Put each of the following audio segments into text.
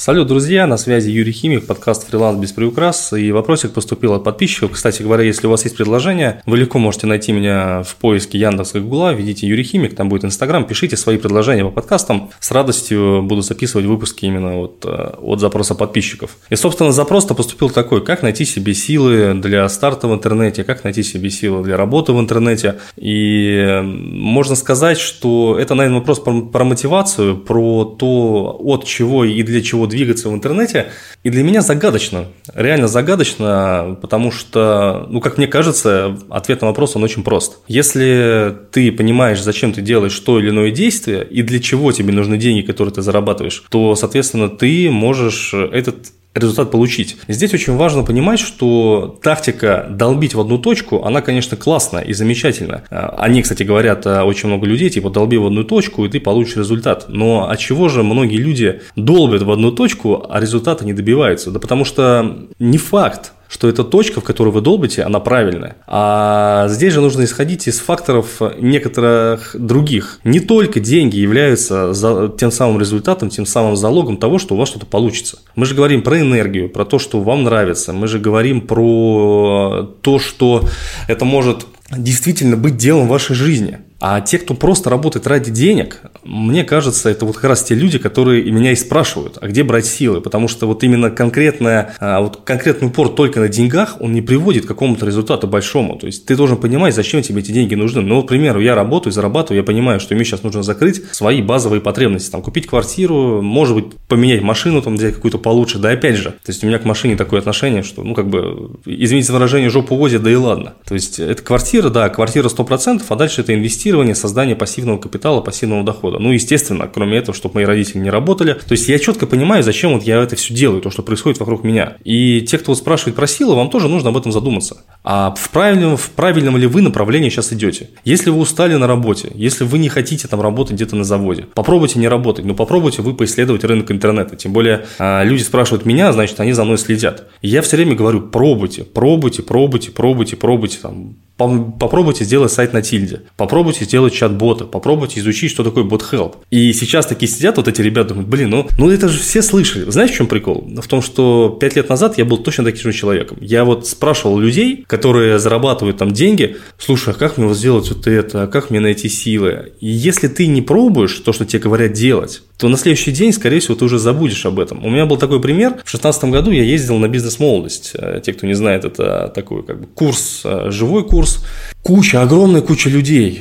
Салют, друзья, на связи Юрий Химик, подкаст «Фриланс без приукрас». И вопросик поступил от подписчиков. Кстати говоря, если у вас есть предложение, вы легко можете найти меня в поиске Яндекса и Гугла, введите Юрий Химик, там будет Инстаграм, пишите свои предложения по подкастам. С радостью буду записывать выпуски именно от запроса подписчиков. И, собственно, запрос-то поступил такой: как найти себе силы для старта в интернете, как найти себе силы для работы в интернете. И можно сказать, что это, наверное, вопрос про мотивацию, про то, от чего и для чего двигаться в интернете. И для меня загадочно, реально загадочно, потому что, как мне кажется, ответ на вопрос, он очень прост. Если ты понимаешь, зачем ты делаешь то или иное действие и для чего тебе нужны деньги, которые ты зарабатываешь, то, соответственно, ты можешь этот результат получить. Здесь очень важно понимать, что тактика долбить в одну точку, она, конечно, классная и замечательная. Они, кстати, говорят, очень много людей, типа, долби в одну точку, и ты получишь результат. Но от чего же многие люди долбят в одну точку, а результата не добиваются? Да потому что не факт, что эта точка, в которую вы долбите, она правильная. А здесь же нужно исходить из факторов некоторых других. Не только деньги являются тем самым результатом, тем самым залогом того, что у вас что-то получится. Мы же говорим про энергию, про то, что вам нравится. Мы же говорим про то, что это может действительно быть делом вашей жизни. А те, кто просто работает ради денег, мне кажется, это вот как раз те люди, которые меня и спрашивают, а где брать силы? Потому что вот именно конкретный упор только на деньгах, он не приводит к какому-то результату большому. То есть ты должен понимать, зачем тебе эти деньги нужны. Ну, к примеру, я работаю, зарабатываю, я понимаю, что мне сейчас нужно закрыть свои базовые потребности. Там, купить квартиру, может быть, поменять машину, там, взять какую-то получше. Да опять же, то есть у меня к машине такое отношение, что, извините за выражение, жопу возят, да и ладно. То есть это квартира, да, квартира 100%, а дальше это инвестирование, создание пассивного капитала, пассивного дохода. Естественно, кроме этого, чтобы мои родители не работали. То есть я четко понимаю, зачем вот я это все делаю, то, что происходит вокруг меня. И те, кто спрашивает про силы, вам тоже нужно об этом задуматься. А в правильном ли вы направлении сейчас идете? Если вы устали на работе, если вы не хотите там работать где-то на заводе, попробуйте не работать, но попробуйте вы поисследовать рынок интернета. Тем более люди спрашивают меня, значит, они за мной следят. И я все время говорю: пробуйте. Там, попробуйте сделать сайт на тильде, попробуйте сделать чат-бота, попробуйте изучить, что такое bot-help. И сейчас такие сидят вот эти ребята, думают: это же все слышали. Знаешь, в чем прикол? В том, что 5 лет назад я был точно таким же человеком. Я вот спрашивал людей, которые зарабатывают там деньги: слушай, а как мне вот сделать вот это, а как мне найти силы? И если ты не пробуешь то, что тебе говорят делать, то на следующий день, скорее всего, ты уже забудешь об этом. У меня был такой пример. В 2016 году я ездил на бизнес-молодость. Те, кто не знает, это такой курс, живой курс. Огромная куча людей.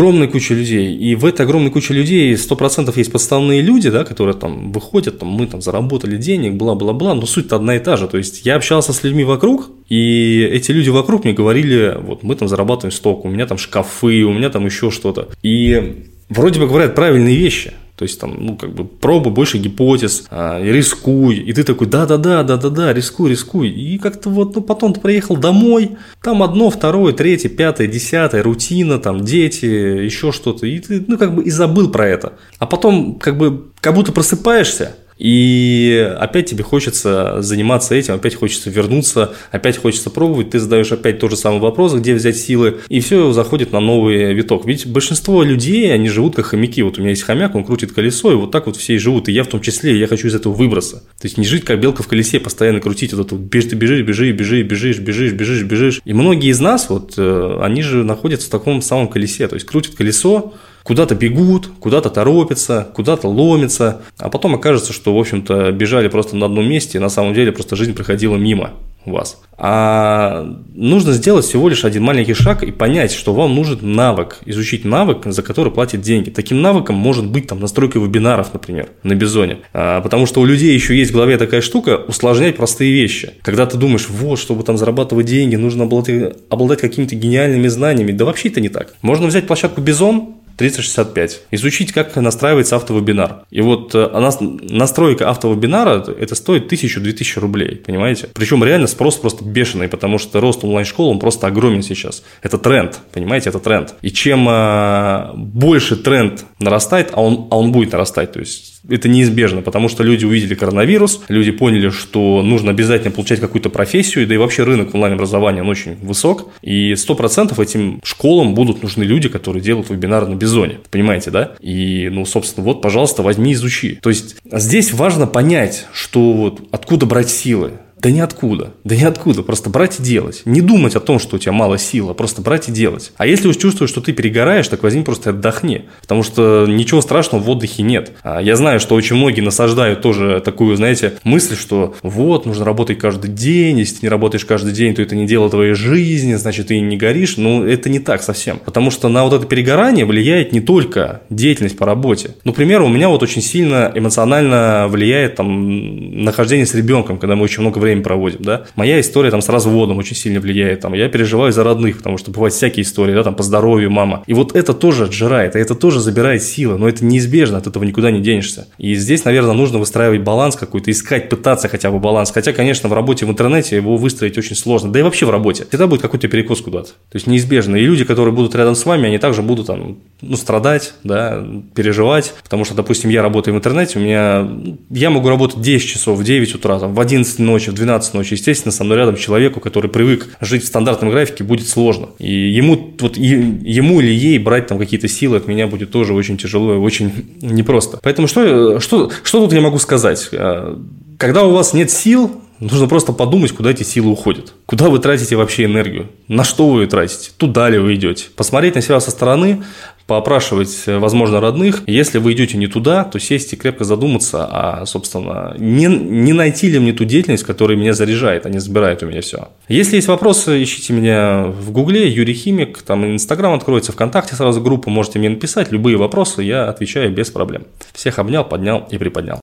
И в этой огромной куче людей 100% есть подставные люди, да, которые там выходят, мы там заработали денег, бла-бла-бла, но суть-то одна и та же. То есть я общался с людьми вокруг, и эти люди вокруг мне говорили: вот мы там зарабатываем столько, у меня там шкафы, у меня там еще что-то. И вроде бы говорят правильные вещи. То есть там, пробуй больше гипотез, рискуй. И ты такой: да, рискуй. И как-то потом ты приехал домой, там одно, второе, третье, пятое, десятое, рутина, там дети, еще что-то. И ты, и забыл про это. А потом, как будто просыпаешься, и опять тебе хочется заниматься этим, опять хочется вернуться, опять хочется пробовать, ты задаешь опять тот же самый вопрос, где взять силы, и все заходит на новый виток. Ведь большинство людей, они живут как хомяки. Вот у меня есть хомяк, он крутит колесо, и вот так вот все и живут, и я в том числе, и я хочу из этого выбраться. То есть не жить как белка в колесе, постоянно крутить вот это, ты бежишь. И многие из нас, они же находятся в таком самом колесе, то есть крутят колесо, куда-то бегут, куда-то торопятся, куда-то ломятся, а потом окажется, что, в общем-то, бежали просто на одном месте, и на самом деле просто жизнь проходила мимо вас. А нужно сделать всего лишь один маленький шаг и понять, что вам нужен навык, изучить навык, за который платят деньги. Таким навыком может быть настройка вебинаров, например, на Бизоне. Потому что у людей еще есть в голове такая штука — усложнять простые вещи. Когда ты думаешь: чтобы там зарабатывать деньги, нужно обладать какими-то гениальными знаниями. Да вообще это не так. Можно взять площадку Бизон 365, изучить, как настраивается автовебинар. И настройка автовебинара, это стоит 1000-2000 рублей, понимаете? Причем реально спрос просто бешеный, потому что рост онлайн-школ, он просто огромен сейчас. Это тренд, понимаете, это тренд. И чем больше тренд нарастает, а он будет нарастать, то есть это неизбежно, потому что люди увидели коронавирус, люди поняли, что нужно обязательно получать какую-то профессию, да и вообще рынок онлайн-образования, он очень высок, и 100% этим школам будут нужны люди, которые делают вебинары на Бизоне, понимаете, да? И, собственно, вот, пожалуйста, возьми, изучи. То есть, здесь важно понять, что вот откуда брать силы. Да ниоткуда, просто брать и делать. Не думать о том, что у тебя мало сил, а просто брать и делать. А если уж чувствуешь, что ты перегораешь, так возьми просто отдохни, потому что ничего страшного в отдыхе нет. Я знаю, что очень многие насаждают тоже такую, знаете, мысль, что вот, нужно работать каждый день, если ты не работаешь каждый день, то это не дело твоей жизни, значит, ты не горишь. Но это не так совсем, потому что на вот это перегорание влияет не только деятельность по работе. К примеру, у меня вот очень сильно эмоционально влияет там нахождение с ребенком, когда мы очень много времени проводим, да. Моя история там с разводом очень сильно влияет, там, я переживаю за родных, потому что бывают всякие истории, да, там, по здоровью мама. И вот это тоже отжирает, и это тоже забирает силы, но это неизбежно, от этого никуда не денешься. И здесь, наверное, нужно выстраивать баланс какой-то, искать, пытаться хотя бы баланс. Хотя, конечно, в работе в интернете его выстроить очень сложно, да и вообще в работе. Всегда будет какой-то перекос куда-то. То есть неизбежно. И люди, которые будут рядом с вами, они также будут там, страдать, да, переживать, потому что, допустим, я работаю в интернете, я могу работать 10 часов, в 9 утра, там, в 11 ночи, в 12 ночи, естественно, со мной рядом человеку, который привык жить в стандартном графике, будет сложно. И ему или ей брать там какие-то силы от меня будет тоже очень тяжело и очень непросто. Поэтому что тут я могу сказать? Когда у вас нет сил, нужно просто подумать, куда эти силы уходят. Куда вы тратите вообще энергию? На что вы ее тратите? Туда ли вы идете? Посмотреть на себя со стороны, поопрашивать, возможно, родных. Если вы идете не туда, то сесть и крепко задуматься, а, собственно, не найти ли мне ту деятельность, которая меня заряжает, а не забирает у меня все. Если есть вопросы, ищите меня в Гугле, Юрий Химик, там Инстаграм откроется, ВКонтакте сразу группу, можете мне написать. Любые вопросы я отвечаю без проблем. Всех обнял, поднял и приподнял.